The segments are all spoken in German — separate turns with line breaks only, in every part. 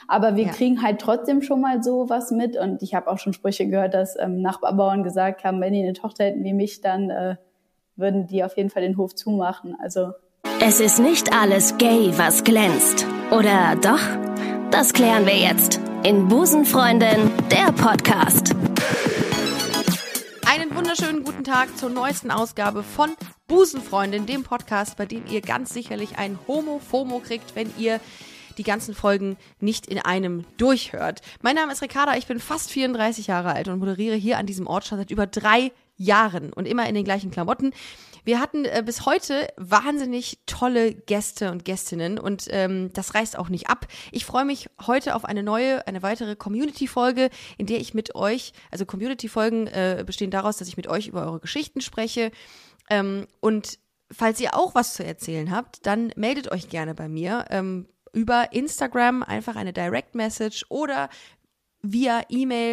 Aber wir kriegen halt trotzdem schon mal so was mit. Und ich habe auch schon Sprüche gehört, dass Nachbarbauern gesagt haben, wenn die eine Tochter hätten wie mich, dann würden die auf jeden Fall den Hof zumachen. Also
es ist nicht alles gay, was glänzt. Oder doch? Das klären wir jetzt in Busenfreundin, der Podcast.
Einen wunderschönen guten Tag zur neuesten Ausgabe von Busenfreundin, dem Podcast, bei dem ihr ganz sicherlich ein Homo-FOMO kriegt, wenn ihr die ganzen Folgen nicht in einem durchhört. Mein Name ist Ricarda, ich bin fast 34 Jahre alt und moderiere hier an diesem Ort schon seit über 3 Jahren und immer in den gleichen Klamotten. Wir hatten bis heute wahnsinnig tolle Gäste und Gästinnen und das reißt auch nicht ab. Ich freue mich heute auf eine weitere Community-Folge, in der ich mit euch, also Community-Folgen bestehen daraus, dass ich mit euch über eure Geschichten spreche und falls ihr auch was zu erzählen habt, dann meldet euch gerne bei mir über Instagram, einfach eine Direct Message oder via E-Mail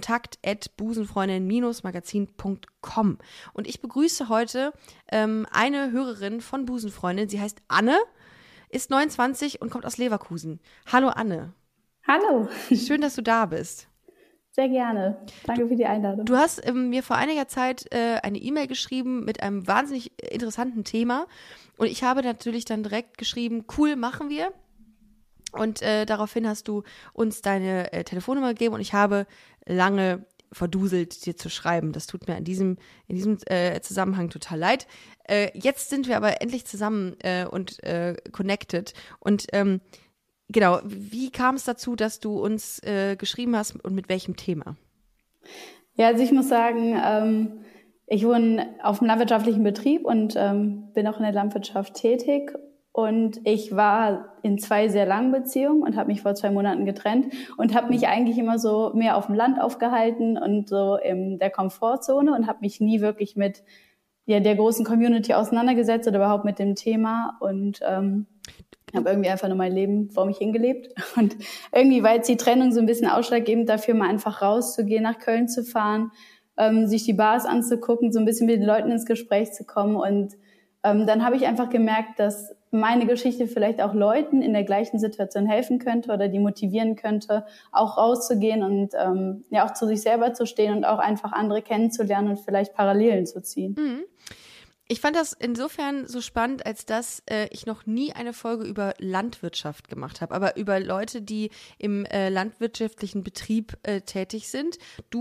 kontakt@busenfreundin-magazin.com. Und ich begrüße heute eine Hörerin von Busenfreundin. Sie heißt Anne, ist 29 und kommt aus Leverkusen. Hallo Anne.
hallo.
Schön, dass du da bist.
Sehr gerne. Danke für die Einladung.
Du hast mir vor einiger Zeit eine E-Mail geschrieben mit einem wahnsinnig interessanten Thema. Und ich habe natürlich dann direkt geschrieben, cool, machen wir. Und daraufhin hast du uns deine Telefonnummer gegeben und ich habe lange verduselt, dir zu schreiben. Das tut mir in diesem Zusammenhang total leid. Jetzt sind wir aber endlich zusammen und connected. Und genau, wie kam es dazu, dass du uns geschrieben hast und mit welchem Thema?
Ja, also ich muss sagen, ich wohne auf einem landwirtschaftlichen Betrieb und bin auch in der Landwirtschaft tätig. Und ich war in 2 sehr langen Beziehungen und habe mich vor 2 Monaten getrennt und habe mich eigentlich immer so mehr auf dem Land aufgehalten und so in der Komfortzone und habe mich nie wirklich mit der großen Community auseinandergesetzt oder überhaupt mit dem Thema und habe irgendwie einfach nur mein Leben vor mich hingelebt. Und irgendwie war jetzt die Trennung so ein bisschen ausschlaggebend dafür, mal einfach rauszugehen, nach Köln zu fahren, sich die Bars anzugucken, so ein bisschen mit den Leuten ins Gespräch zu kommen. Und dann habe ich einfach gemerkt, dass meine Geschichte vielleicht auch Leuten in der gleichen Situation helfen könnte oder die motivieren könnte, auch rauszugehen und auch zu sich selber zu stehen und auch einfach andere kennenzulernen und vielleicht Parallelen zu ziehen.
Mhm. Ich fand das insofern so spannend, als dass ich noch nie eine Folge über Landwirtschaft gemacht habe, aber über Leute, die im landwirtschaftlichen Betrieb tätig sind.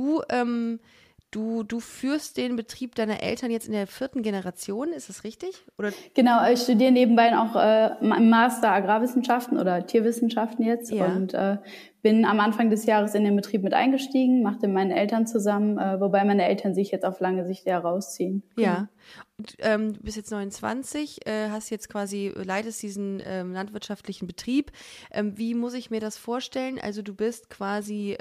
Du führst den Betrieb deiner Eltern jetzt in der 4. Generation, ist das richtig? Oder?
Genau, ich studiere nebenbei auch im Master Agrarwissenschaften oder Tierwissenschaften jetzt und bin am Anfang des Jahres in den Betrieb mit eingestiegen, machte mit meinen Eltern zusammen, wobei meine Eltern sich jetzt auf lange Sicht rausziehen.
Ja, und, du bist jetzt 29, leitest diesen landwirtschaftlichen Betrieb. Wie muss ich mir das vorstellen? Also du bist quasi,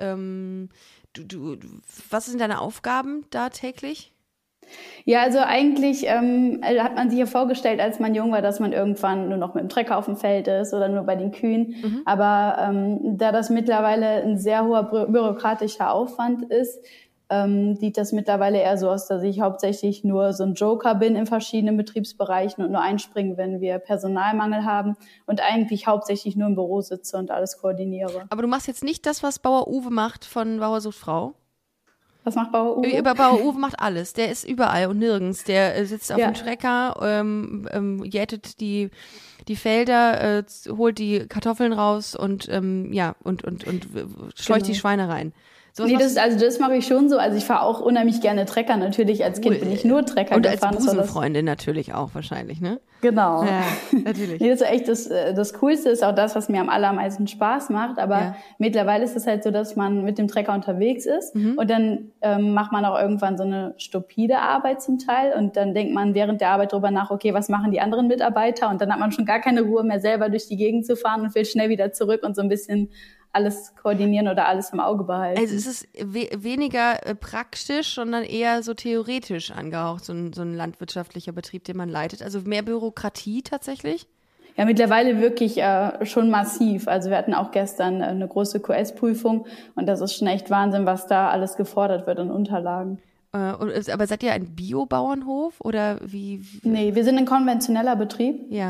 was sind deine Aufgaben da täglich?
Ja, also eigentlich hat man sich ja vorgestellt, als man jung war, dass man irgendwann nur noch mit dem Trecker auf dem Feld ist oder nur bei den Kühen. Mhm. Aber da das mittlerweile ein sehr hoher bürokratischer Aufwand ist, sieht das mittlerweile eher so aus, dass ich hauptsächlich nur so ein Joker bin in verschiedenen Betriebsbereichen und nur einspringe, wenn wir Personalmangel haben und eigentlich hauptsächlich nur im Büro sitze und alles koordiniere.
Aber du machst jetzt nicht das, was Bauer Uwe macht von Bauer sucht Frau?
Was macht Bauer Uwe?
Bauer Uwe macht alles. Der ist überall und nirgends. Der sitzt auf dem Trecker, jätet die Felder, holt die Kartoffeln raus und scheucht die Schweine rein.
Das mache ich schon so. Also ich fahre auch unheimlich gerne Trecker. Natürlich, als Kind bin ich nur Trecker gefahren.
Und als Busenfreundin natürlich auch wahrscheinlich, ne?
Genau.
Ja, natürlich.
Das ist echt das Coolste, ist auch das, was mir am allermeisten Spaß macht. Aber mittlerweile ist es halt so, dass man mit dem Trecker unterwegs ist und dann macht man auch irgendwann so eine stupide Arbeit zum Teil und dann denkt man während der Arbeit drüber nach, okay, was machen die anderen Mitarbeiter? Und dann hat man schon gar keine Ruhe mehr, selber durch die Gegend zu fahren und will schnell wieder zurück und so ein bisschen alles koordinieren oder alles im Auge behalten.
Also ist es weniger praktisch, sondern eher so theoretisch angehaucht, so ein landwirtschaftlicher Betrieb, den man leitet. Also mehr Bürokratie tatsächlich?
Ja, mittlerweile wirklich schon massiv. Also wir hatten auch gestern eine große QS-Prüfung und das ist schon echt Wahnsinn, was da alles gefordert wird an Unterlagen.
Aber seid ihr ein Biobauernhof oder wie?
Nee, wir sind ein konventioneller Betrieb.
Ja.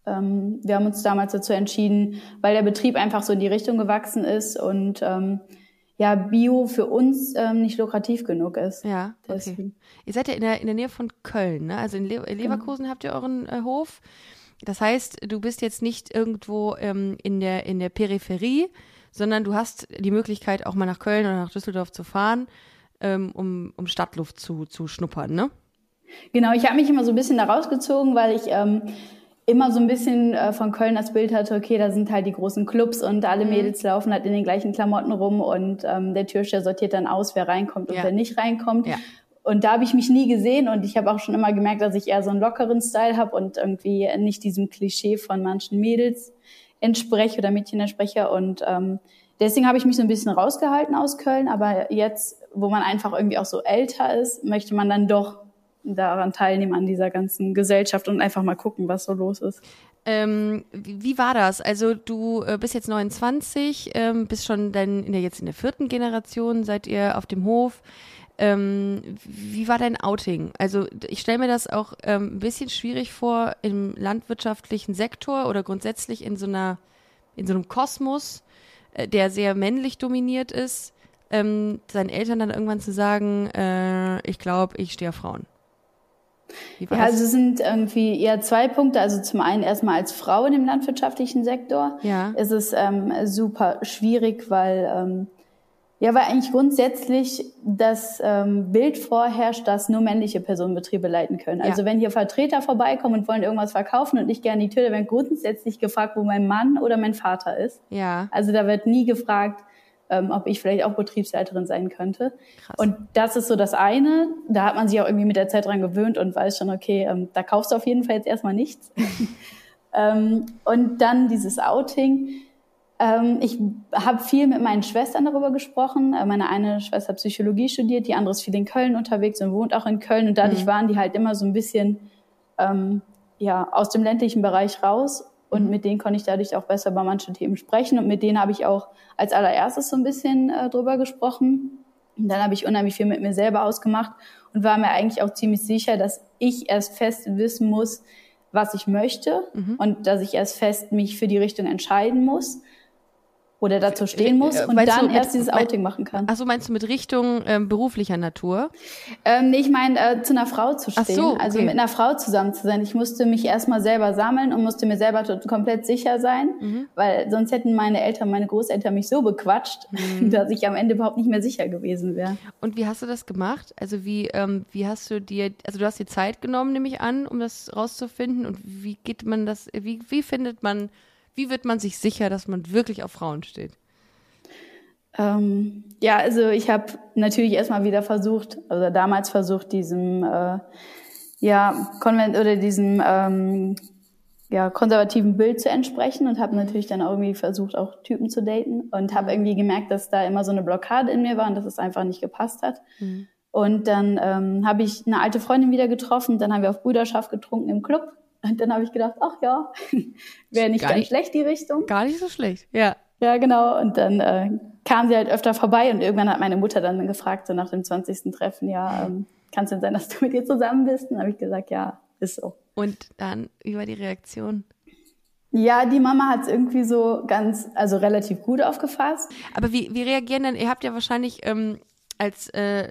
Wir haben uns damals dazu entschieden, weil der Betrieb einfach so in die Richtung gewachsen ist und Bio für uns nicht lukrativ genug ist.
Ja, okay. Deswegen. Ihr seid ja in der Nähe von Köln, ne? Also in Leverkusen habt ihr euren Hof. Das heißt, du bist jetzt nicht irgendwo in der Peripherie, sondern du hast die Möglichkeit, auch mal nach Köln oder nach Düsseldorf zu fahren, um Stadtluft zu schnuppern, ne?
Genau, ich habe mich immer so ein bisschen da rausgezogen, weil ich immer so ein bisschen von Köln das Bild hatte, okay, da sind halt die großen Clubs und alle Mädels laufen halt in den gleichen Klamotten rum und der Türsteher sortiert dann aus, wer reinkommt und wer nicht reinkommt. Ja. Und da habe ich mich nie gesehen und ich habe auch schon immer gemerkt, dass ich eher so einen lockeren Style habe und irgendwie nicht diesem Klischee von manchen Mädels entspreche oder Mädchen entspreche. Und deswegen habe ich mich so ein bisschen rausgehalten aus Köln. Aber jetzt, wo man einfach irgendwie auch so älter ist, möchte man dann doch daran teilnehmen an dieser ganzen Gesellschaft und einfach mal gucken, was so los ist.
Wie war das? Also du bist jetzt 29, bist schon jetzt in der 4. Generation, seid ihr auf dem Hof. Wie war dein Outing? Also ich stelle mir das auch ein bisschen schwierig vor im landwirtschaftlichen Sektor oder grundsätzlich in so einem Kosmos, der sehr männlich dominiert ist, seinen Eltern dann irgendwann zu sagen, ich glaube, ich stehe auf Frauen.
Ja, also es sind irgendwie eher 2 Punkte. Also zum einen erstmal als Frau in dem landwirtschaftlichen Sektor ist es super schwierig, weil eigentlich grundsätzlich das Bild vorherrscht, dass nur männliche Personen Betriebe leiten können. Also wenn hier Vertreter vorbeikommen und wollen irgendwas verkaufen und ich gehe an die Tür, da wird grundsätzlich gefragt, wo mein Mann oder mein Vater ist. Ja. Also da wird nie gefragt, ob ich vielleicht auch Betriebsleiterin sein könnte. Krass. Und das ist so das eine. Da hat man sich auch irgendwie mit der Zeit dran gewöhnt und weiß schon, okay, da kaufst du auf jeden Fall jetzt erstmal nichts. Und dann dieses Outing. Ich habe viel mit meinen Schwestern darüber gesprochen. Meine eine Schwester hat Psychologie studiert, die andere ist viel in Köln unterwegs und wohnt auch in Köln. Und dadurch waren die halt immer so ein bisschen aus dem ländlichen Bereich raus. Und mit denen konnte ich dadurch auch besser über manche Themen sprechen. Und mit denen habe ich auch als allererstes so ein bisschen drüber gesprochen. Und dann habe ich unheimlich viel mit mir selber ausgemacht und war mir eigentlich auch ziemlich sicher, dass ich erst fest wissen muss, was ich möchte und dass ich erst fest mich für die Richtung entscheiden muss oder dazu stehen muss und dann erst dieses Outing machen kann.
Ach so, meinst du mit Richtung beruflicher Natur?
Nee, ich meine, zu einer Frau zu stehen, okay. Also mit einer Frau zusammen zu sein. Ich musste mich erstmal selber sammeln und musste mir selber komplett sicher sein, weil sonst hätten meine Großeltern mich so bequatscht, dass ich am Ende überhaupt nicht mehr sicher gewesen wäre.
Und wie hast du das gemacht? Also wie hast du dir, also du hast dir Zeit genommen, nehme ich an, um das rauszufinden und wie geht man das, wie wird man sich sicher, dass man wirklich auf Frauen steht?
Also ich habe natürlich erstmal wieder damals versucht, diesem Konvent oder diesem konservativen Bild zu entsprechen und habe natürlich dann irgendwie versucht, auch Typen zu daten und habe irgendwie gemerkt, dass da immer so eine Blockade in mir war und dass es einfach nicht gepasst hat. Und dann habe ich eine alte Freundin wieder getroffen, dann haben wir auf Brüderschaft getrunken im Club. Und dann habe ich gedacht, ach ja, wäre nicht ganz schlecht die Richtung.
Gar nicht so schlecht, ja.
Ja, genau. Und dann kam sie halt öfter vorbei und irgendwann hat meine Mutter dann gefragt, so nach dem 20. Treffen, kann es denn sein, dass du mit ihr zusammen bist? Und dann habe ich gesagt, ja, ist so.
Und dann, wie war die Reaktion?
Ja, die Mama hat es irgendwie so relativ gut aufgefasst.
Aber wie reagieren denn, ihr habt ja wahrscheinlich als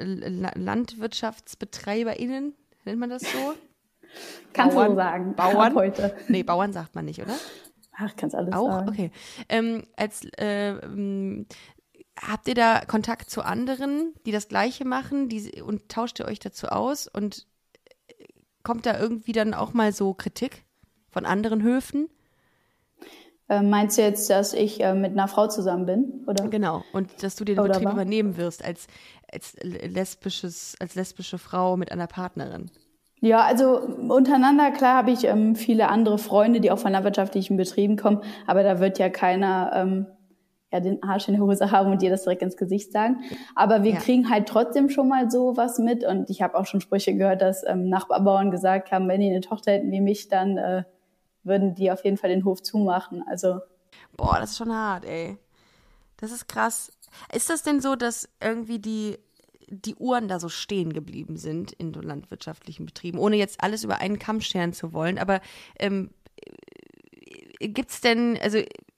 LandwirtschaftsbetreiberInnen, nennt man das so?
Kannst du so sagen.
Bauern? Heute. Nee, Bauern sagt man nicht, oder?
Ach, kannst alles
auch
sagen.
Okay. Habt ihr da Kontakt zu anderen, die das Gleiche machen und tauscht ihr euch dazu aus? Und kommt da irgendwie dann auch mal so Kritik von anderen Höfen?
Meinst du jetzt, dass ich mit einer Frau zusammen bin? Oder?
Genau. Und dass du den Betrieb übernehmen wirst als lesbische Frau mit einer Partnerin?
Ja, also untereinander, klar, habe ich viele andere Freunde, die auch von landwirtschaftlichen Betrieben kommen, aber da wird ja keiner den Arsch in der Hose haben und dir das direkt ins Gesicht sagen. Aber wir kriegen halt trotzdem schon mal so was mit und ich habe auch schon Sprüche gehört, dass Nachbarbauern gesagt haben, wenn die eine Tochter hätten wie mich, dann würden die auf jeden Fall den Hof zumachen. Also
boah, das ist schon hart, ey. Das ist krass. Ist das denn so, dass irgendwie die Uhren da so stehen geblieben sind in so landwirtschaftlichen Betrieben, ohne jetzt alles über einen Kamm scheren zu wollen, aber gibt's denn, also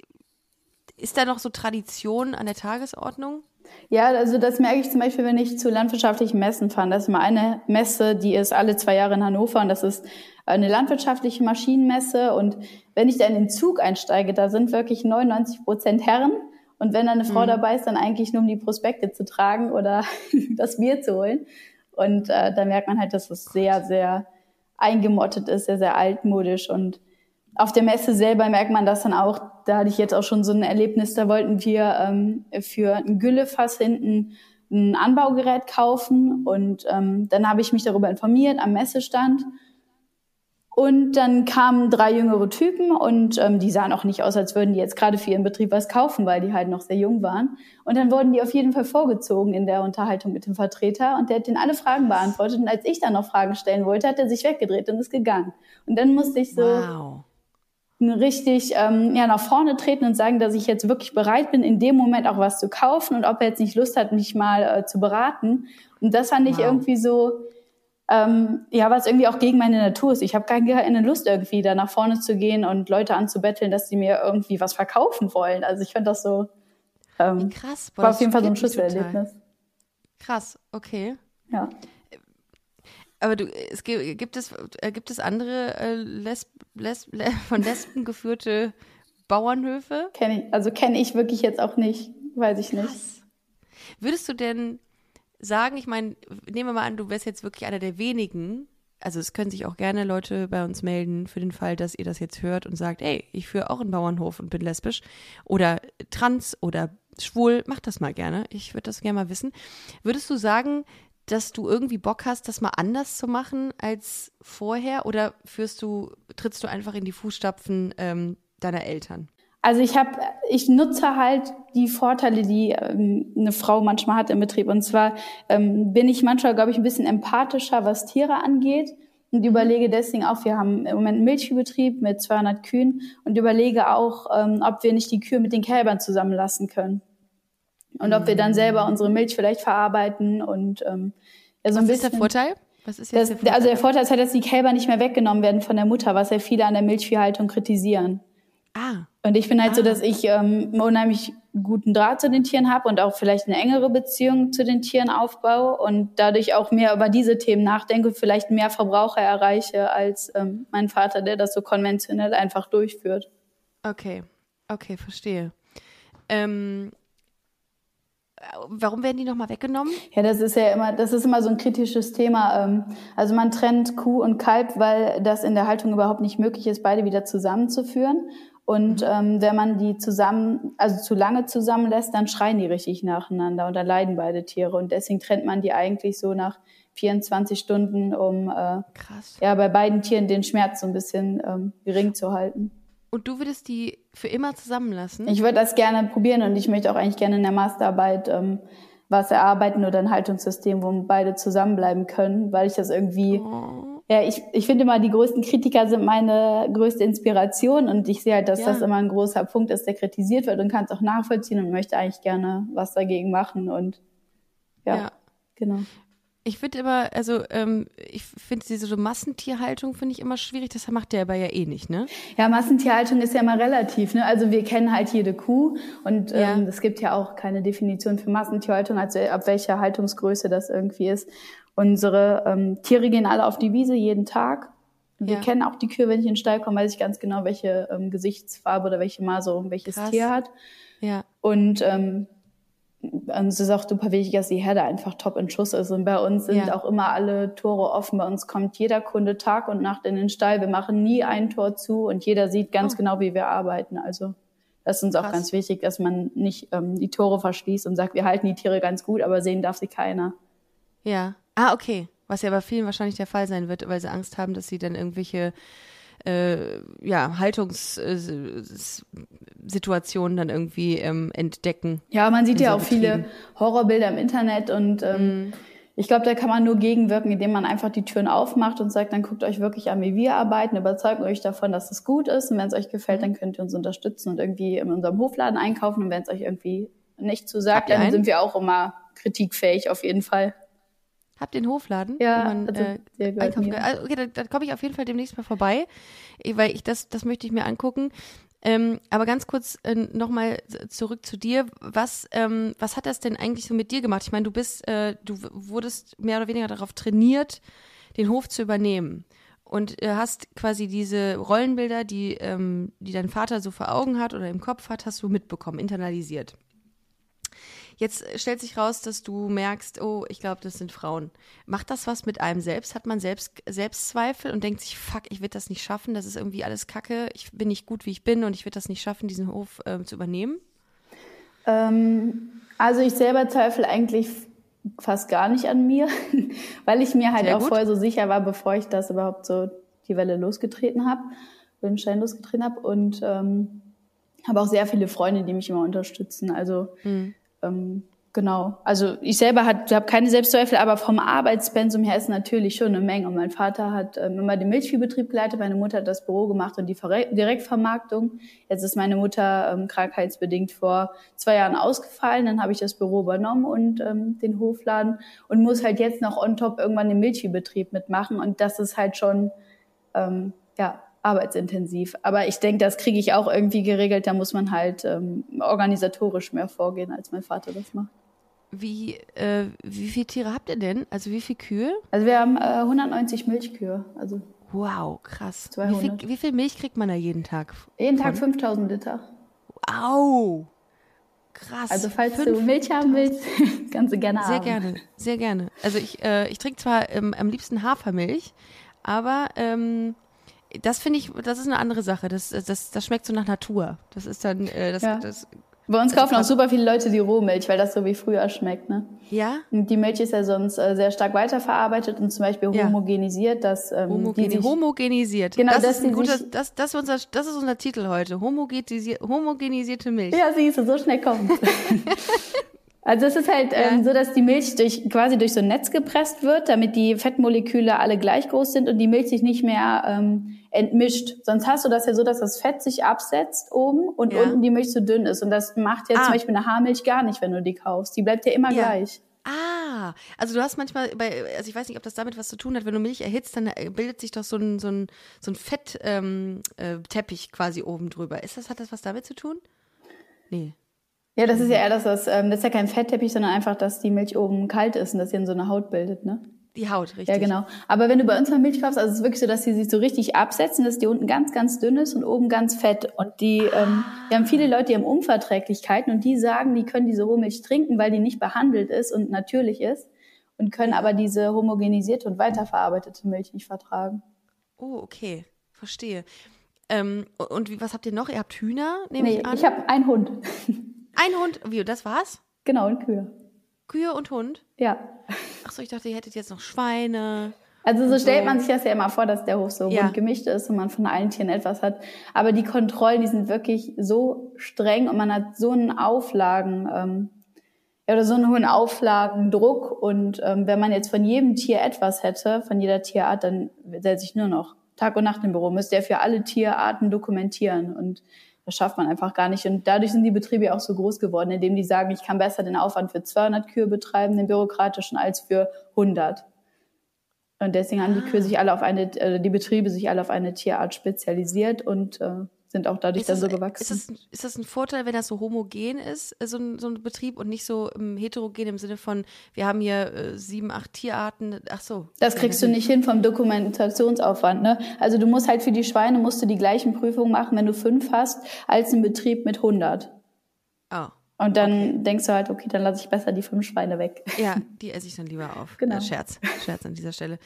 ist da noch so Tradition an der Tagesordnung?
Ja, also das merke ich zum Beispiel, wenn ich zu landwirtschaftlichen Messen fahre. Das ist mal eine Messe, die ist alle 2 Jahre in Hannover und das ist eine landwirtschaftliche Maschinenmesse. Und wenn ich da in den Zug einsteige, da sind wirklich 99% Herren. Und wenn da eine Frau dabei ist, dann eigentlich nur um die Prospekte zu tragen oder das Bier zu holen. Und da merkt man halt, dass es sehr, sehr eingemottet ist, sehr, sehr altmodisch. Und auf der Messe selber merkt man das dann auch. Da hatte ich jetzt auch schon so ein Erlebnis, da wollten wir für ein Güllefass hinten ein Anbaugerät kaufen. Und dann habe ich mich darüber informiert am Messestand. Und dann kamen 3 jüngere Typen und die sahen auch nicht aus, als würden die jetzt gerade für ihren Betrieb was kaufen, weil die halt noch sehr jung waren. Und dann wurden die auf jeden Fall vorgezogen in der Unterhaltung mit dem Vertreter und der hat denen alle Fragen beantwortet. Und als ich dann noch Fragen stellen wollte, hat er sich weggedreht und ist gegangen. Und dann musste ich so richtig nach vorne treten und sagen, dass ich jetzt wirklich bereit bin, in dem Moment auch was zu kaufen und ob er jetzt nicht Lust hat, mich mal zu beraten. Und das fand ich irgendwie so... was irgendwie auch gegen meine Natur ist. Ich habe keine Lust irgendwie da nach vorne zu gehen und Leute anzubetteln, dass sie mir irgendwie was verkaufen wollen. Also ich fand das so,
krass.
War auf jeden Fall so ein Schlüsselerlebnis.
Krass, okay.
Ja.
Aber gibt es andere von Lesben geführte Bauernhöfe?
Kenne ich wirklich jetzt auch nicht, weiß ich nicht.
Krass. Würdest du denn sagen, ich meine, nehmen wir mal an, du wärst jetzt wirklich einer der wenigen, also es können sich auch gerne Leute bei uns melden für den Fall, dass ihr das jetzt hört und sagt, ey, ich führe auch einen Bauernhof und bin lesbisch oder trans oder schwul, mach das mal gerne, ich würde das gerne mal wissen. Würdest du sagen, dass du irgendwie Bock hast, das mal anders zu machen als vorher oder trittst du einfach in die Fußstapfen deiner Eltern?
Also ich nutze halt die Vorteile, die eine Frau manchmal hat im Betrieb. Und zwar bin ich manchmal, glaube ich, ein bisschen empathischer, was Tiere angeht. Und überlege deswegen auch, wir haben im Moment einen Milchviehbetrieb mit 200 Kühen und überlege auch, ob wir nicht die Kühe mit den Kälbern zusammenlassen können. Und ob wir dann selber unsere Milch vielleicht verarbeiten und so ein bisschen.
Was ist der Vorteil? Was ist jetzt der Vorteil?
Also der Vorteil ist halt, dass die Kälber nicht mehr weggenommen werden von der Mutter, was ja viele an der Milchviehhaltung kritisieren. Und ich bin halt so, dass ich unheimlich guten Draht zu den Tieren habe und auch vielleicht eine engere Beziehung zu den Tieren aufbaue und dadurch auch mehr über diese Themen nachdenke und vielleicht mehr Verbraucher erreiche als mein Vater, der das so konventionell einfach durchführt.
Okay, verstehe. Warum werden die nochmal weggenommen?
Ja, das ist immer so ein kritisches Thema. Also man trennt Kuh und Kalb, weil das in der Haltung überhaupt nicht möglich ist, beide wieder zusammenzuführen. Und wenn man die zu lange zusammenlässt, dann schreien die richtig nacheinander und dann leiden beide Tiere. Und deswegen trennt man die eigentlich so nach 24 Stunden, um bei beiden Tieren den Schmerz so ein bisschen gering zu halten.
Und du würdest die für immer zusammenlassen?
Ich würde das gerne probieren und ich möchte auch eigentlich gerne in der Masterarbeit was erarbeiten oder ein Haltungssystem, wo beide zusammenbleiben können, weil ich das irgendwie... Ja, ich finde immer, die größten Kritiker sind meine größte Inspiration und ich sehe halt, dass das immer ein großer Punkt ist, der kritisiert wird und kann es auch nachvollziehen und möchte eigentlich gerne was dagegen machen und genau.
Ich finde immer, ich finde diese so Massentierhaltung finde ich immer schwierig, das macht der aber ja eh nicht, ne?
Ja, Massentierhaltung ist ja immer relativ, ne? Also wir kennen halt jede Kuh und es gibt ja auch keine Definition für Massentierhaltung, also ab welcher Haltungsgröße das irgendwie ist. Unsere Tiere gehen alle auf die Wiese jeden Tag. Wir kennen auch die Kühe, wenn ich in den Stall komme, weiß ich ganz genau, welche Gesichtsfarbe oder welche Maserung welches Tier hat.
Ja.
Und es ist auch super wichtig, dass die Herde einfach top in Schuss ist. Und bei uns sind auch immer alle Tore offen. Bei uns kommt jeder Kunde Tag und Nacht in den Stall. Wir machen nie ein Tor zu und jeder sieht ganz genau, wie wir arbeiten. Also das ist uns auch ganz wichtig, dass man nicht die Tore verschließt und sagt, wir halten die Tiere ganz gut, aber sehen darf sie keiner.
Ja. Okay. Was ja bei vielen wahrscheinlich der Fall sein wird, weil sie Angst haben, dass sie dann irgendwelche Haltungssituationen dann irgendwie entdecken.
Ja, man sieht ja auch viele Horrorbilder im Internet und ich glaube, da kann man nur gegenwirken, indem man einfach die Türen aufmacht und sagt, dann guckt euch wirklich an, wie wir arbeiten, überzeugt euch davon, dass es gut ist und wenn es euch gefällt, dann könnt ihr uns unterstützen und irgendwie in unserem Hofladen einkaufen und wenn es euch irgendwie nicht so sagt, dann sind wir auch immer kritikfähig auf jeden Fall.
Habt ihr einen Hofladen?
Ja,
einkaufen kann? Okay, da komme ich auf jeden Fall demnächst mal vorbei, weil das möchte ich mir angucken. Aber ganz kurz nochmal zurück zu dir. Was hat das denn eigentlich so mit dir gemacht? Ich meine, du wurdest mehr oder weniger darauf trainiert, den Hof zu übernehmen. Und hast quasi diese Rollenbilder, die dein Vater so vor Augen hat oder im Kopf hat, hast du mitbekommen, internalisiert. Jetzt stellt sich raus, dass du merkst, oh, ich glaube, das sind Frauen. Macht das was mit einem selbst? Hat man Selbstzweifel und denkt sich, fuck, ich werde das nicht schaffen, das ist irgendwie alles Kacke, ich bin nicht gut, wie ich bin und ich werde das nicht schaffen, diesen Hof zu übernehmen?
Also ich selber zweifle eigentlich fast gar nicht an mir, weil ich mir halt auch vorher so sicher war, bevor ich das überhaupt so die Welle losgetreten habe, den Stein losgetreten habe und habe auch sehr viele Freunde, die mich immer unterstützen, also genau. Also ich selber habe keine Selbstzweifel, aber vom Arbeitspensum her ist natürlich schon eine Menge. Und mein Vater hat immer den Milchviehbetrieb geleitet, meine Mutter hat das Büro gemacht und die Direktvermarktung. Jetzt ist meine Mutter krankheitsbedingt vor 2 Jahren ausgefallen. Dann habe ich das Büro übernommen und den Hofladen und muss halt jetzt noch on top irgendwann den Milchviehbetrieb mitmachen. Und das ist halt schon, arbeitsintensiv. Aber ich denke, das kriege ich auch irgendwie geregelt. Da muss man halt organisatorisch mehr vorgehen, als mein Vater das macht.
Wie viele Tiere habt ihr denn? Also wie viele Kühe?
Also wir haben 190 Milchkühe. Also
wow, krass.
200.
Wie viel Milch kriegt man da jeden Tag?
Jeden Tag 5.000 Liter.
Au! Krass.
Also falls du Milch haben willst, kannst du gerne
sehr
haben.
Sehr gerne, sehr gerne. Also ich trinke zwar am liebsten Hafermilch, aber das finde ich, das ist eine andere Sache. Das schmeckt so nach Natur. Das ist dann,
Bei uns kaufen auch super viele Leute die Rohmilch, weil das so wie früher schmeckt, ne?
Ja?
Und die Milch ist ja sonst sehr stark weiterverarbeitet und zum Beispiel homogenisiert.
Homogenisiert.
Genau,
das ist unser Titel heute. Homogenisierte Milch.
Ja, siehst du, so schnell kommt. Also es ist halt so, dass die Milch quasi durch so ein Netz gepresst wird, damit die Fettmoleküle alle gleich groß sind und die Milch sich nicht mehr entmischt. Sonst hast du das ja so, dass das Fett sich absetzt oben und unten die Milch zu dünn ist. Und das macht jetzt zum Beispiel eine Haarmilch gar nicht, wenn du die kaufst. Die bleibt ja immer gleich.
Ah, also du hast manchmal, also ich weiß nicht, ob das damit was zu tun hat, wenn du Milch erhitzt, dann bildet sich doch so ein Fettteppich quasi oben drüber. Hat das was damit zu tun? Nee.
Ja, das ist ja eher, das ist ja kein Fettteppich, sondern einfach, dass die Milch oben kalt ist und dass sie dann so eine Haut bildet, ne?
Die Haut, richtig.
Ja, genau. Aber wenn du bei uns mal Milch kaufst, also es ist wirklich so, dass sie sich so richtig absetzen, dass die unten ganz, ganz dünn ist und oben ganz fett. Und wir haben viele Leute, die haben Unverträglichkeiten und die sagen, die können diese Rohmilch trinken, weil die nicht behandelt ist und natürlich ist und können aber diese homogenisierte und weiterverarbeitete Milch nicht vertragen.
Oh, okay. Verstehe. Und was habt ihr noch? Ihr habt Hühner, nehme ich an?
Ich habe einen Hund.
Ein Hund? Wie, das war's?
Genau, und Kühe.
Kühe und Hund?
Ja.
Ach so, ich dachte, ihr hättet jetzt noch Schweine.
Also so stellt man sich das ja immer vor, dass der Hof so bunt gemischt ist und man von allen Tieren etwas hat. Aber die Kontrollen, die sind wirklich so streng und man hat so einen Auflagen, oder so einen hohen Auflagendruck. Und wenn man jetzt von jedem Tier etwas hätte, von jeder Tierart, dann säße ich nur noch Tag und Nacht im Büro, müsste er für alle Tierarten dokumentieren. Und das schafft man einfach gar nicht. Und dadurch sind die Betriebe auch so groß geworden, indem die sagen, ich kann besser den Aufwand für 200 Kühe betreiben, den bürokratischen, als für 100. Und deswegen haben die Betriebe sich alle auf eine Tierart spezialisiert und sind auch dadurch dann so gewachsen.
Ist das ein Vorteil, wenn das so homogen ist, so ein Betrieb und nicht so heterogen im Sinne von, wir haben hier 7, 8 Tierarten, ach so.
Das kriegst du nicht hin vom Dokumentationsaufwand, ne? Also du musst halt für die Schweine die gleichen Prüfungen machen, wenn du 5 hast, als ein Betrieb mit 100.
Oh.
Und dann denkst du halt, okay, dann lasse ich besser die 5 Schweine weg.
Ja, die esse ich dann lieber auf.
Genau.
Scherz an dieser Stelle.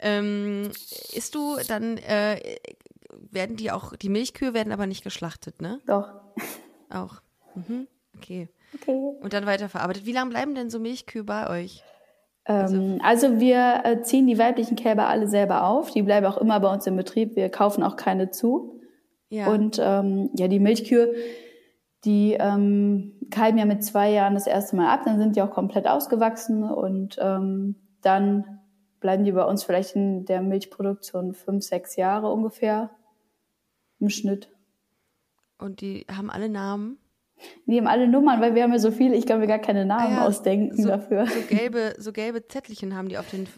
Isst du dann, werden die Milchkühe werden aber nicht geschlachtet, ne?
Doch.
Auch. Mhm. Okay.
Okay.
Und dann weiterverarbeitet. Wie lange bleiben denn so Milchkühe bei euch?
Also wir ziehen die weiblichen Kälber alle selber auf. Die bleiben auch immer bei uns im Betrieb. Wir kaufen auch keine zu. Ja. Und die Milchkühe, die kalben ja mit 2 Jahren das erste Mal ab. Dann sind die auch komplett ausgewachsen und dann bleiben die bei uns vielleicht in der Milchproduktion 5, 6 Jahre ungefähr im Schnitt.
Und die haben alle Namen?
Die haben alle Nummern, weil wir haben ja so viele, ich kann mir gar keine Namen ausdenken dafür.
So gelbe Zettelchen haben die auf den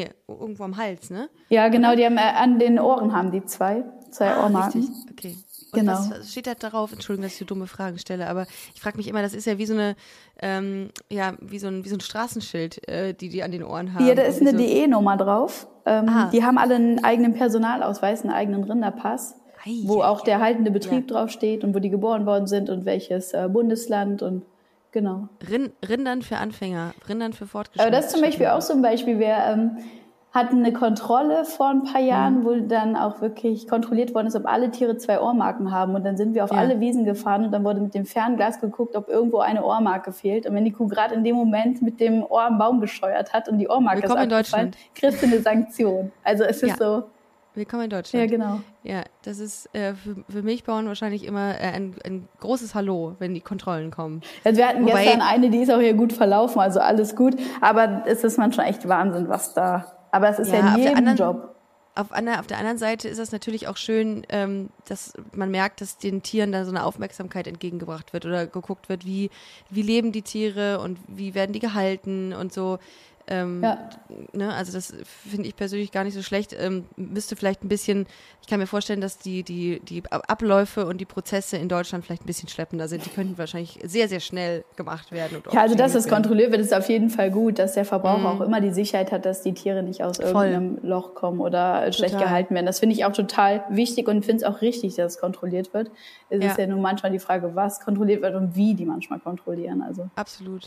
irgendwo am Hals, ne?
Ja, genau, die haben an den Ohren haben die zwei Ohrmarken.
Richtig. Okay. Und
genau.
was steht da darauf? Entschuldigung, dass ich so dumme Fragen stelle, aber ich frage mich immer, das ist ja wie so eine, wie so ein Straßenschild, die an den Ohren haben.
Ja, da ist eine
so
DE-Nummer drauf. Die haben alle einen eigenen Personalausweis, einen eigenen Rinderpass, wo auch der haltende Betrieb draufsteht und wo die geboren worden sind und welches Bundesland und genau.
Rindern für Anfänger, Rindern für Fortgeschrittene.
Aber das ist zum Beispiel auch so ein Beispiel, wir hatten eine Kontrolle vor ein paar Jahren, wo dann auch wirklich kontrolliert worden ist, ob alle Tiere 2 Ohrmarken haben. Und dann sind wir auf alle Wiesen gefahren und dann wurde mit dem Fernglas geguckt, ob irgendwo eine Ohrmarke fehlt. Und wenn die Kuh gerade in dem Moment mit dem Ohr am Baum gescheuert hat und die Ohrmarke ist abgefallen, kriegst du eine Sanktion. Also es ist so...
Willkommen in Deutschland.
Ja, genau.
Ja, das ist für Milchbauern wahrscheinlich immer ein großes Hallo, wenn die Kontrollen kommen.
Also wir hatten gestern eine, die ist auch hier gut verlaufen, also alles gut. Aber es ist manchmal echt Wahnsinn, was da... Aber es ist ja in jedem Job.
Auf der anderen Seite ist es natürlich auch schön, dass man merkt, dass den Tieren da so eine Aufmerksamkeit entgegengebracht wird oder geguckt wird, wie leben die Tiere und wie werden die gehalten und so. Ne, also das finde ich persönlich gar nicht so schlecht. Müsste vielleicht ein bisschen, ich kann mir vorstellen, dass die Abläufe und die Prozesse in Deutschland vielleicht ein bisschen schleppender sind. Die könnten wahrscheinlich sehr, sehr schnell gemacht werden. Und
ja, also dass es kontrolliert wird, ist auf jeden Fall gut, dass der Verbraucher auch immer die Sicherheit hat, dass die Tiere nicht aus irgendeinem Loch kommen oder schlecht gehalten werden. Das finde ich auch total wichtig und finde es auch richtig, dass es kontrolliert wird. Es ist ja nur manchmal die Frage, was kontrolliert wird und wie die manchmal kontrollieren. Also.
Absolut.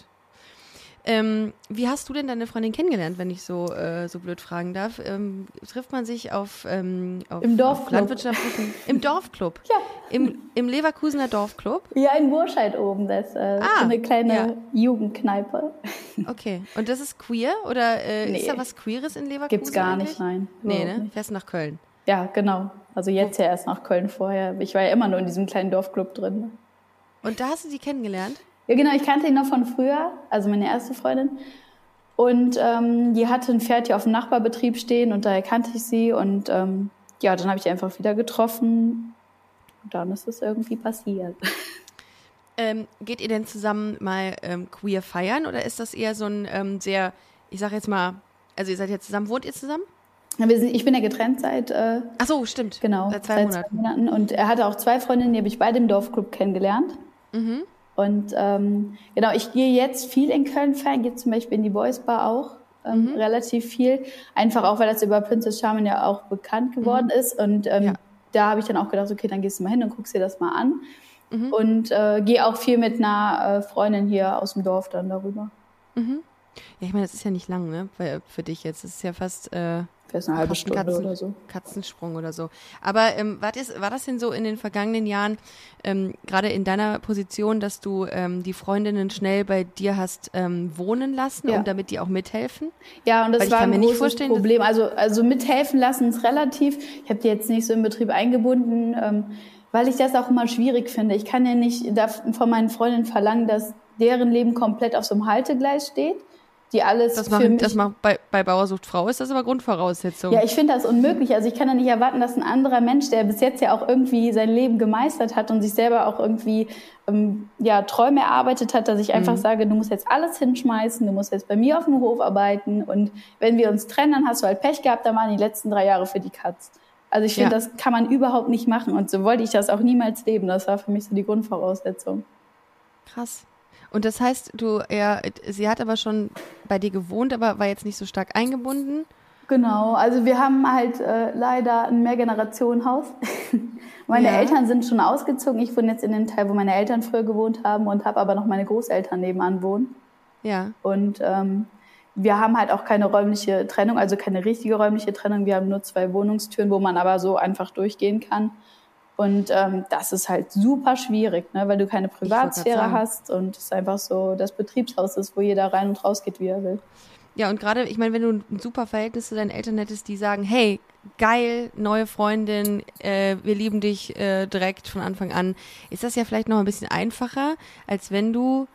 Wie hast du denn deine Freundin kennengelernt, wenn ich so blöd fragen darf? Trifft man sich im
Dorfclub.
Landwirtschaftlichen, im Dorfclub?
Ja.
Im Leverkusener Dorfclub?
Ja, in Burscheid oben. Das ist so eine kleine Jugendkneipe.
Okay. Und das ist queer? Oder ist da was Queeres in Leverkusen?
Gibt's gar
eigentlich?
nicht, nein.
Nee, ne? Fährst nach Köln.
Ja, genau. Also jetzt ja erst nach Köln vorher. Ich war ja immer nur in diesem kleinen Dorfclub drin.
Und da hast du sie kennengelernt?
Ja, genau, ich kannte ihn noch von früher, also meine erste Freundin. Und die hatte ein Pferd hier auf dem Nachbarbetrieb stehen und daher kannte ich sie. Und dann habe ich die einfach wieder getroffen. Und dann ist es irgendwie passiert.
Geht ihr denn zusammen mal queer feiern oder ist das eher so ein sehr, ich sag jetzt mal, also ihr seid jetzt zusammen, wohnt ihr zusammen?
Ja, ich bin ja getrennt seit...
Ach so, stimmt.
Genau,
seit 2 Monaten.
Und er hatte auch 2 Freundinnen, die habe ich beide im Dorfclub kennengelernt.
Mhm.
Und genau, ich gehe jetzt viel in Köln feiern, gehe zum Beispiel in die Boys Bar auch relativ viel. Einfach auch, weil das über Princess Charming ja auch bekannt geworden ist. Und da habe ich dann auch gedacht, okay, dann gehst du mal hin und guckst dir das mal an. Mhm. Und gehe auch viel mit einer Freundin hier aus dem Dorf dann darüber.
Mhm. Ja, ich meine, das ist ja nicht lang, ne? Weil für dich jetzt. Das ist ja fast
eine halbe Stunde oder so.
Katzensprung oder so. Aber war das denn so in den vergangenen Jahren, gerade in deiner Position, dass du die Freundinnen schnell bei dir hast wohnen lassen, um damit die auch mithelfen?
Ja, und das war ein großes
nicht
Problem. Also mithelfen lassen ist relativ. Ich habe die jetzt nicht so im Betrieb eingebunden, weil ich das auch immer schwierig finde. Ich kann ja nicht von meinen Freundinnen verlangen, dass deren Leben komplett auf so einem Haltegleis steht. Die alles
das macht bei Bauer sucht Frau ist das aber Grundvoraussetzung.
Ja, ich finde das unmöglich. Also ich kann ja nicht erwarten, dass ein anderer Mensch, der bis jetzt ja auch irgendwie sein Leben gemeistert hat und sich selber auch irgendwie Träume erarbeitet hat, dass ich einfach sage, du musst jetzt alles hinschmeißen, du musst jetzt bei mir auf dem Hof arbeiten und wenn wir uns trennen, dann hast du halt Pech gehabt, dann waren die letzten 3 Jahre für die Katz. Also ich finde, das kann man überhaupt nicht machen und so wollte ich das auch niemals leben. Das war für mich so die Grundvoraussetzung.
Krass. Und das heißt, sie hat aber schon bei dir gewohnt, aber war jetzt nicht so stark eingebunden?
Genau, also wir haben halt leider ein Mehrgenerationenhaus. Meine Eltern sind schon ausgezogen. Ich wohne jetzt in dem Teil, wo meine Eltern früher gewohnt haben und habe aber noch meine Großeltern nebenan wohnen. Ja. Und wir haben halt auch keine räumliche Trennung, also keine richtige räumliche Trennung. Wir haben nur 2 Wohnungstüren, wo man aber so einfach durchgehen kann. Und das ist halt super schwierig, ne, weil du keine Privatsphäre hast und es einfach so das Betriebshaus ist, wo jeder rein und raus geht, wie er will.
Ja, und gerade, ich meine, wenn du ein super Verhältnis zu deinen Eltern hättest, die sagen, hey, geil, neue Freundin, wir lieben dich direkt von Anfang an, ist das ja vielleicht noch ein bisschen einfacher, als wenn du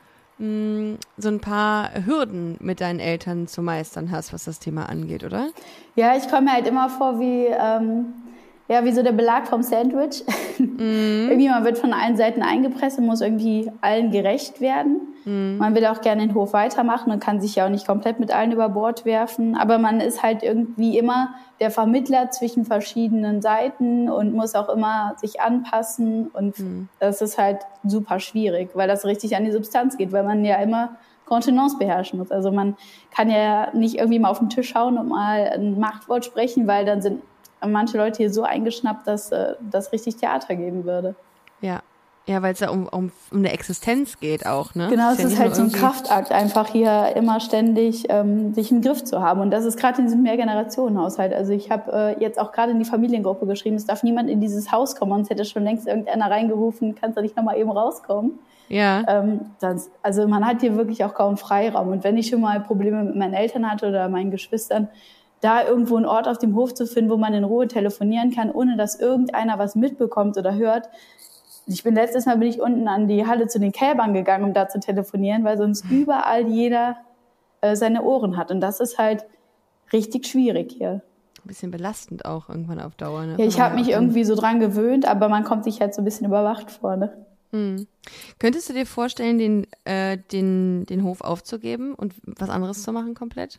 so ein paar Hürden mit deinen Eltern zu meistern hast, was das Thema angeht, oder?
Ja, ich komme mir halt immer vor wie... Ja, wie so der Belag vom Sandwich. Irgendwie, man wird von allen Seiten eingepresst und muss irgendwie allen gerecht werden. Man will auch gerne den Hof weitermachen und kann sich ja auch nicht komplett mit allen über Bord werfen. Aber man ist halt irgendwie immer der Vermittler zwischen verschiedenen Seiten und muss auch immer sich anpassen. Und das ist halt super schwierig, weil das richtig an die Substanz geht, weil man ja immer Kontenance beherrschen muss. Also man kann ja nicht irgendwie mal auf den Tisch hauen und mal ein Machtwort sprechen, weil dann sind manche Leute hier so eingeschnappt, dass das richtig Theater geben würde.
Ja, weil es ja um eine Existenz geht auch, ne?
Genau, es ist halt so ein Kraftakt, einfach hier immer ständig sich im Griff zu haben. Und das ist gerade in diesem Mehrgenerationenhaushalt. Also ich habe jetzt auch gerade in die Familiengruppe geschrieben, es darf niemand in dieses Haus kommen, sonst hätte schon längst irgendeiner reingerufen, kannst du nicht nochmal eben rauskommen?
Ja.
Also man hat hier wirklich auch kaum Freiraum. Und wenn ich schon mal Probleme mit meinen Eltern hatte oder meinen Geschwistern, da irgendwo einen Ort auf dem Hof zu finden, wo man in Ruhe telefonieren kann, ohne dass irgendeiner was mitbekommt oder hört. Letztes Mal bin ich unten an die Halle zu den Kälbern gegangen, um da zu telefonieren, weil sonst überall jeder seine Ohren hat. Und das ist halt richtig schwierig hier.
Ein bisschen belastend auch irgendwann auf Dauer, ne?
Ja, ich habe mich irgendwie so dran gewöhnt, aber man kommt sich halt so ein bisschen überwacht vor, ne?
Könntest du dir vorstellen, den Hof aufzugeben und was anderes zu machen komplett?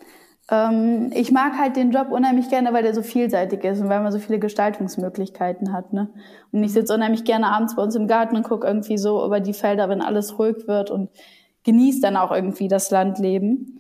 Ich mag halt den Job unheimlich gerne, weil der so vielseitig ist und weil man so viele Gestaltungsmöglichkeiten hat, ne? Und ich sitze unheimlich gerne abends bei uns im Garten und gucke irgendwie so über die Felder, wenn alles ruhig wird und genieße dann auch irgendwie das Landleben.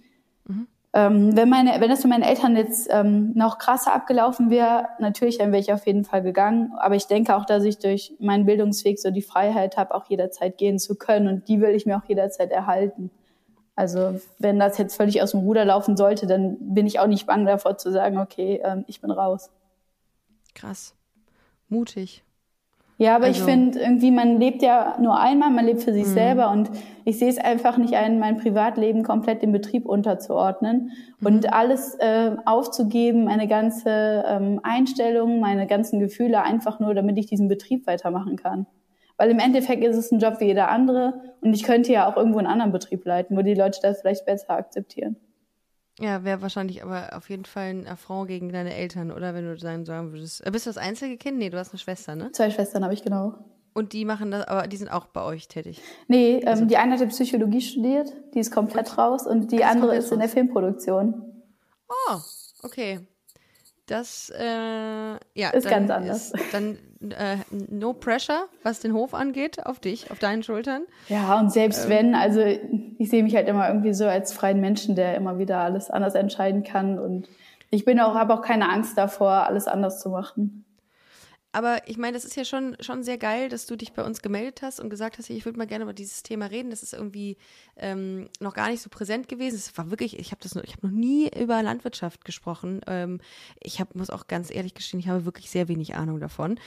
Wenn das für meine Eltern jetzt noch krasser abgelaufen wäre, natürlich, dann wäre ich auf jeden Fall gegangen. Aber ich denke auch, dass ich durch meinen Bildungsweg so die Freiheit habe, auch jederzeit gehen zu können. Und die will ich mir auch jederzeit erhalten. Also wenn das jetzt völlig aus dem Ruder laufen sollte, dann bin ich auch nicht bang davor zu sagen, okay, ich bin raus.
Krass. Mutig.
Ja, aber ich finde irgendwie, man lebt ja nur einmal, man lebt für sich selber und ich sehe es einfach nicht ein, mein Privatleben komplett dem Betrieb unterzuordnen und alles aufzugeben, meine ganze Einstellung, meine ganzen Gefühle einfach nur, damit ich diesen Betrieb weitermachen kann. Weil im Endeffekt ist es ein Job wie jeder andere und ich könnte ja auch irgendwo einen anderen Betrieb leiten, wo die Leute das vielleicht besser akzeptieren.
Ja, wäre wahrscheinlich aber auf jeden Fall ein Affront gegen deine Eltern, oder wenn du sagen würdest. Bist du das einzige Kind? Nee, du hast eine Schwester, ne?
2 Schwestern habe ich, genau.
Und die machen das, aber die sind auch bei euch tätig?
Nee, die eine hat Psychologie studiert, die ist komplett raus und die andere ist in der Filmproduktion.
Oh, okay. Das,
ist ganz anders.
Dann no pressure, was den Hof angeht, auf dich, auf deinen Schultern.
Ja, und selbst wenn, also ich sehe mich halt immer irgendwie so als freien Menschen, der immer wieder alles anders entscheiden kann und ich habe auch keine Angst davor, alles anders zu machen.
Aber ich meine, das ist ja schon sehr geil, dass du dich bei uns gemeldet hast und gesagt hast, ich würde mal gerne über dieses Thema reden. Das ist irgendwie noch gar nicht so präsent gewesen. Es war wirklich, ich habe noch nie über Landwirtschaft gesprochen. Muss auch ganz ehrlich gestehen, ich habe wirklich sehr wenig Ahnung davon.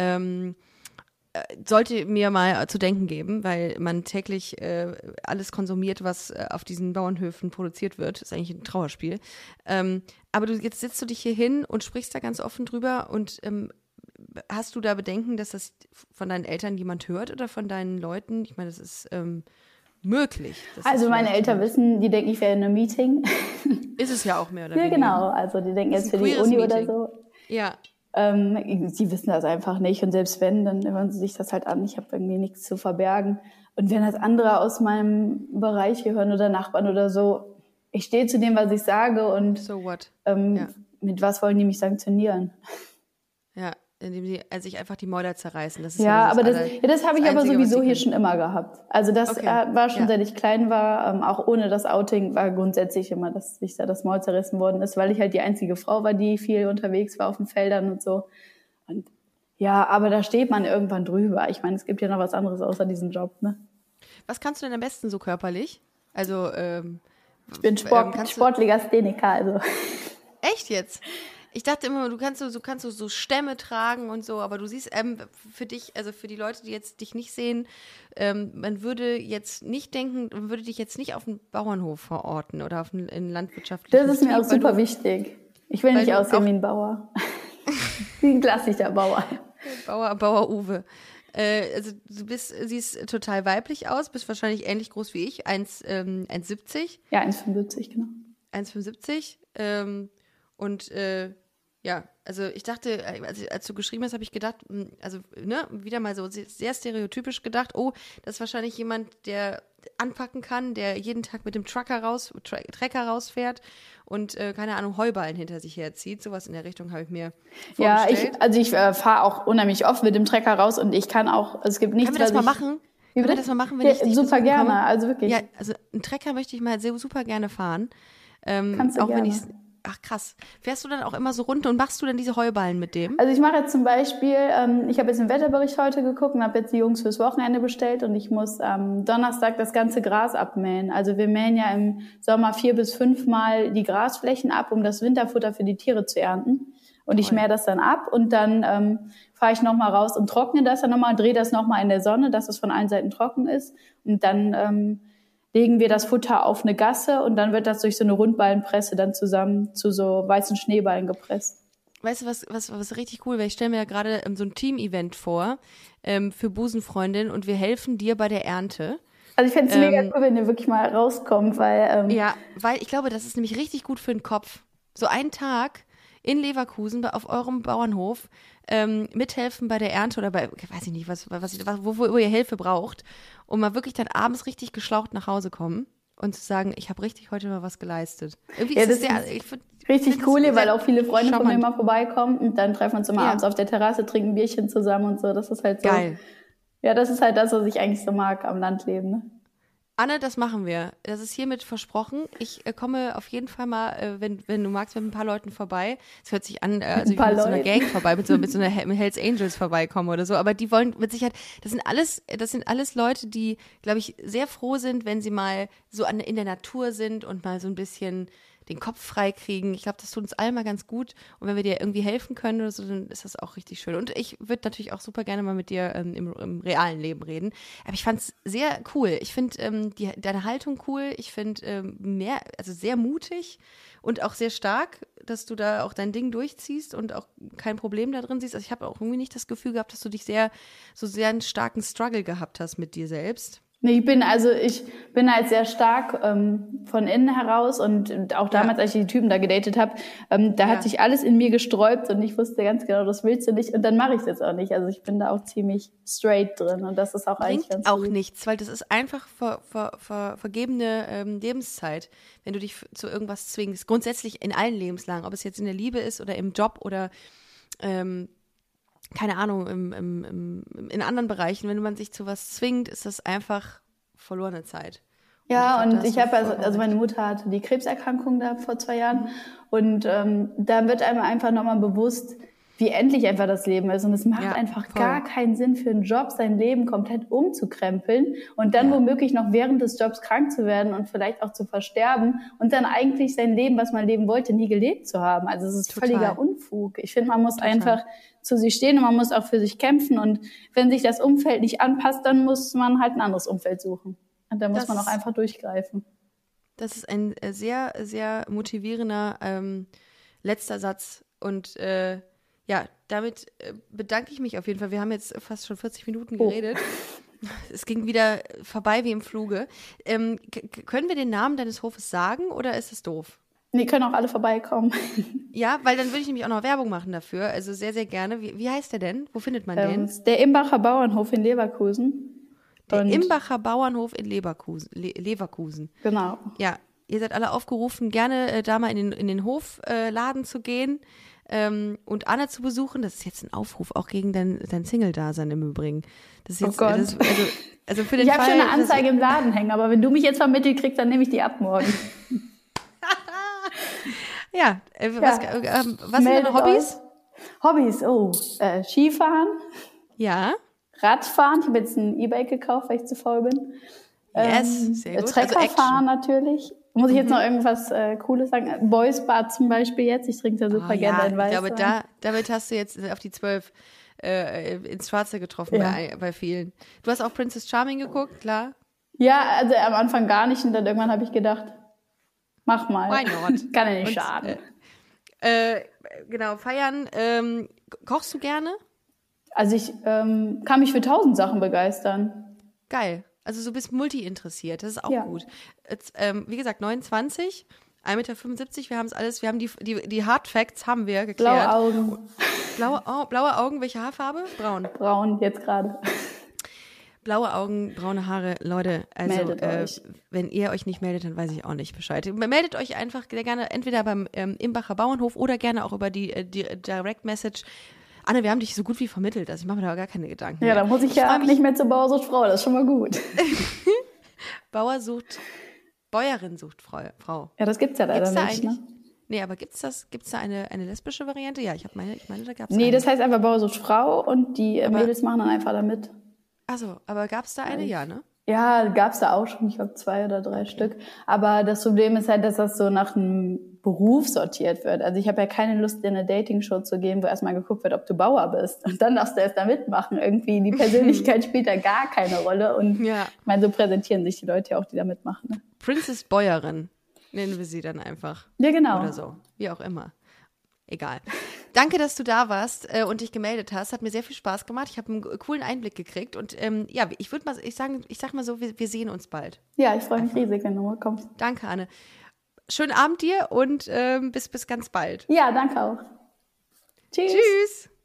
Sollte mir mal zu denken geben, weil man täglich alles konsumiert, was auf diesen Bauernhöfen produziert wird. Das ist eigentlich ein Trauerspiel. Aber jetzt sitzt du dich hier hin und sprichst da ganz offen drüber und hast du da Bedenken, dass das von deinen Eltern jemand hört oder von deinen Leuten? Ich meine, das ist möglich.
Also meine Eltern wissen, die denken, ich wäre in einem Meeting.
Ist es ja auch mehr oder weniger.
Ja, genau. Also die denken jetzt für die Uni oder so.
Ja.
Sie wissen das einfach nicht. Und selbst wenn, dann hören sie sich das halt an. Ich habe irgendwie nichts zu verbergen. Und wenn das andere aus meinem Bereich hier hören oder Nachbarn oder so, ich stehe zu dem, was ich sage. Und
so what?
Mit was wollen die mich sanktionieren?
Ja. Indem sie sich einfach die Mäuler zerreißen. Das ist
aber das habe ich aber sowieso hier schon immer gehabt. Also das war schon, seit ich klein war, auch ohne das Outing, war grundsätzlich immer, dass sich da das Maul zerrissen worden ist, weil ich halt die einzige Frau war, die viel unterwegs war auf den Feldern und so. Und ja, aber da steht man irgendwann drüber. Ich meine, es gibt ja noch was anderes außer diesem Job, ne?
Was kannst du denn am besten so körperlich? Also
ich bin Sportlegastheniker, also.
Echt jetzt? Ich dachte immer, du kannst so Stämme tragen und so, aber du siehst für dich, also für die Leute, die jetzt dich nicht sehen, man würde jetzt nicht denken, man würde dich jetzt nicht auf einen Bauernhof verorten oder auf einen landwirtschaftlichen
Das ist mir auch super wichtig. Ich will nicht aussehen wie ein Bauer. Wie ein klassischer Bauer.
Bauer Uwe. Also siehst total weiblich aus, bist wahrscheinlich ähnlich groß wie ich, 1,70.
Ja, 1,75, genau.
1,75. Und Ja, also ich dachte, als du geschrieben hast, habe ich gedacht, also wieder mal so sehr stereotypisch gedacht, oh, das ist wahrscheinlich jemand, der anpacken kann, der jeden Tag mit dem Trecker rausfährt und, keine Ahnung, Heuballen hinter sich herzieht. Sowas in der Richtung habe ich mir vorgestellt.
Ja, ich fahre auch unheimlich oft mit dem Trecker raus und ich kann auch, es gibt nichts,
Können wir das mal machen? Können wir das mal machen, wenn ich dich
super gerne,
komme?
also wirklich.
Ja, also einen Trecker möchte ich mal super gerne fahren.
Kannst du
auch
gerne.
Wenn ich Ach krass. Fährst du dann auch immer so runter und machst du dann diese Heuballen mit dem?
Also ich mache jetzt zum Beispiel, ich habe jetzt den Wetterbericht heute geguckt und habe jetzt die Jungs fürs Wochenende bestellt und ich muss am Donnerstag das ganze Gras abmähen. Also wir mähen ja im Sommer 4 bis 5 Mal die Grasflächen ab, um das Winterfutter für die Tiere zu ernten. Und ich mähe das dann ab und dann fahre ich nochmal raus und trockne das dann nochmal und drehe das nochmal in der Sonne, dass es von allen Seiten trocken ist. Und dann legen wir das Futter auf eine Gasse und dann wird das durch so eine Rundballenpresse dann zusammen zu so weißen Schneeballen gepresst.
Weißt du, was richtig cool wäre? Ich stelle mir ja gerade so ein Team-Event vor für Busenfreundin und wir helfen dir bei der Ernte.
Also ich fände es mega cool, wenn ihr wirklich mal rauskommt, weil...
ja, weil ich glaube, das ist nämlich richtig gut für den Kopf. So einen Tag in Leverkusen auf eurem Bauernhof mithelfen bei der Ernte oder bei, weiß ich nicht, wo ihr Hilfe braucht und mal wirklich dann abends richtig geschlaucht nach Hause kommen und zu sagen, ich habe richtig heute mal was geleistet. Irgendwie
ja,
ist
richtig cool, weil auch viele Freunde
charmant.
von mir mal vorbeikommen und dann treffen wir uns immer abends auf der Terrasse, trinken ein Bierchen zusammen und so. Das ist halt so.
Geil.
Ja, das ist halt das, was ich eigentlich so mag am Landleben, ne?
Anne, das machen wir. Das ist hiermit versprochen. Ich komme auf jeden Fall mal, wenn du magst, mit ein paar Leuten vorbei. Es hört sich an, also ich will mit so einer Gang vorbei, mit so einer Hells Angels vorbeikommen oder so. Aber die wollen mit Sicherheit, das sind alles Leute, die, glaube ich, sehr froh sind, wenn sie mal so in der Natur sind und mal so ein bisschen den Kopf frei kriegen. Ich glaube, das tut uns allen mal ganz gut. Und wenn wir dir irgendwie helfen können oder so, dann ist das auch richtig schön. Und ich würde natürlich auch super gerne mal mit dir im realen Leben reden. Aber ich fand es sehr cool. Ich finde deine Haltung cool. Ich finde sehr mutig und auch sehr stark, dass du da auch dein Ding durchziehst und auch kein Problem da drin siehst. Also ich habe auch irgendwie nicht das Gefühl gehabt, dass du dich sehr einen starken Struggle gehabt hast mit dir selbst.
Nee, ich bin halt sehr stark von innen heraus und auch damals, als ich die Typen da gedatet habe, hat sich alles in mir gesträubt und ich wusste ganz genau, das willst du nicht und dann mache ich es jetzt auch nicht. Also ich bin da auch ziemlich straight drin und das ist auch eigentlich ganz
auch
gut.
nichts, weil das ist einfach vergebene Lebenszeit, wenn du dich zu irgendwas zwingst. Grundsätzlich in allen Lebenslagen, ob es jetzt in der Liebe ist oder im Job oder keine Ahnung, in anderen Bereichen, wenn man sich zu was zwingt, ist das einfach verlorene Zeit.
Ja, und ich habe also meine Mutter hatte die Krebserkrankung da vor 2 Jahren und da wird einem einfach nochmal bewusst, wie endlich einfach das Leben ist und es macht einfach gar keinen Sinn für einen Job, sein Leben komplett umzukrempeln und dann womöglich noch während des Jobs krank zu werden und vielleicht auch zu versterben und dann eigentlich sein Leben, was man leben wollte, nie gelebt zu haben. Also es ist völliger Unfug. Ich finde, man muss einfach zu sich stehen und man muss auch für sich kämpfen und wenn sich das Umfeld nicht anpasst, dann muss man halt ein anderes Umfeld suchen. Und da muss man auch einfach durchgreifen.
Das ist ein sehr, sehr motivierender letzter Satz und damit bedanke ich mich auf jeden Fall. Wir haben jetzt fast schon 40 Minuten geredet. Es ging wieder vorbei wie im Fluge. Können wir den Namen deines Hofes sagen oder ist es doof?
Nee, können auch alle vorbeikommen.
Ja, weil dann würde ich nämlich auch noch Werbung machen dafür. Also sehr, sehr gerne. Wie heißt der denn? Wo findet man den?
Der Imbacher Bauernhof in Leverkusen.
Der Imbacher Bauernhof in Leverkusen.
Genau.
Ja, ihr seid alle aufgerufen, gerne da mal in den Hofladen zu gehen. Und Anne zu besuchen, das ist jetzt ein Aufruf, auch gegen dein Single-Dasein im Übrigen. Das ist jetzt,
Gott.
Also für den
ich
Fall...
habe schon eine Anzeige im Laden hängen, aber wenn du mich jetzt vermittelt kriegst, dann nehme ich die ab morgen.
Ja, was sind deine Hobbys?
Skifahren.
Ja.
Radfahren. Ich habe jetzt ein E-Bike gekauft, weil ich zu faul bin.
Yes, sehr gut.
Treckerfahren natürlich. Muss ich jetzt noch irgendwas Cooles sagen? Boys Bar zum Beispiel jetzt. Ich trinke da super gerne einen Weißwein.
Ich glaube, damit hast du jetzt auf die 12 ins Schwarze getroffen bei vielen. Du hast auch Princess Charming geguckt, klar?
Ja, also am Anfang gar nicht und dann irgendwann habe ich gedacht, mach mal.
Why not?
Kann ja nicht schaden.
Genau, feiern. Kochst du gerne?
Also ich kann mich für 1000 Sachen begeistern.
Geil. Also du bist multi-interessiert, das ist auch gut. Jetzt, wie gesagt, 29, 1,75 Meter, wir haben es alles, wir haben die Hard Facts haben wir geklärt.
Blaue Augen.
Blaue Augen, welche Haarfarbe? Braun.
Braun, jetzt gerade.
Blaue Augen, braune Haare, Leute, also wenn ihr euch nicht meldet, dann weiß ich auch nicht Bescheid. Meldet euch einfach gerne entweder beim Imbacher Bauernhof oder gerne auch über die Direct Message. Anne, wir haben dich so gut wie vermittelt, also ich mache mir da gar keine Gedanken.
Ja, da muss ich ja nicht mehr zur Bauer sucht Frau, das ist schon mal gut.
Bäuerin sucht Frau.
Ja, das gibt's ja leider nicht, ne?
Nee, aber gibt's da eine lesbische Variante? Ja, ich meine, da gab's
Nee,
eine.
das heißt einfach Bauer sucht Frau und die Mädels machen dann einfach da mit.
Achso, aber gab's da eine? Ja, ne?
Ja, gab's da auch schon, ich glaube 2 oder 3 Stück. Aber das Problem ist halt, dass das so nach einem Beruf sortiert wird. Also ich habe ja keine Lust, in eine Dating-Show zu gehen, wo erstmal geguckt wird, ob du Bauer bist. Und dann darfst du erst da mitmachen. Irgendwie die Persönlichkeit spielt da gar keine Rolle. Und ich meine, so präsentieren sich die Leute ja auch, die da mitmachen. Ne?
Princess Bäuerin nennen wir sie dann einfach.
Ja, genau.
Oder so, wie auch immer. Egal. Danke, dass du da warst und dich gemeldet hast. Hat mir sehr viel Spaß gemacht. Ich habe einen coolen Einblick gekriegt. Und ich sag mal so, wir sehen uns bald.
Ja, ich freue mich riesig, wenn du mal kommst.
Danke, Anne. Schönen Abend dir und bis ganz bald.
Ja, danke auch. Tschüss.
Tschüss.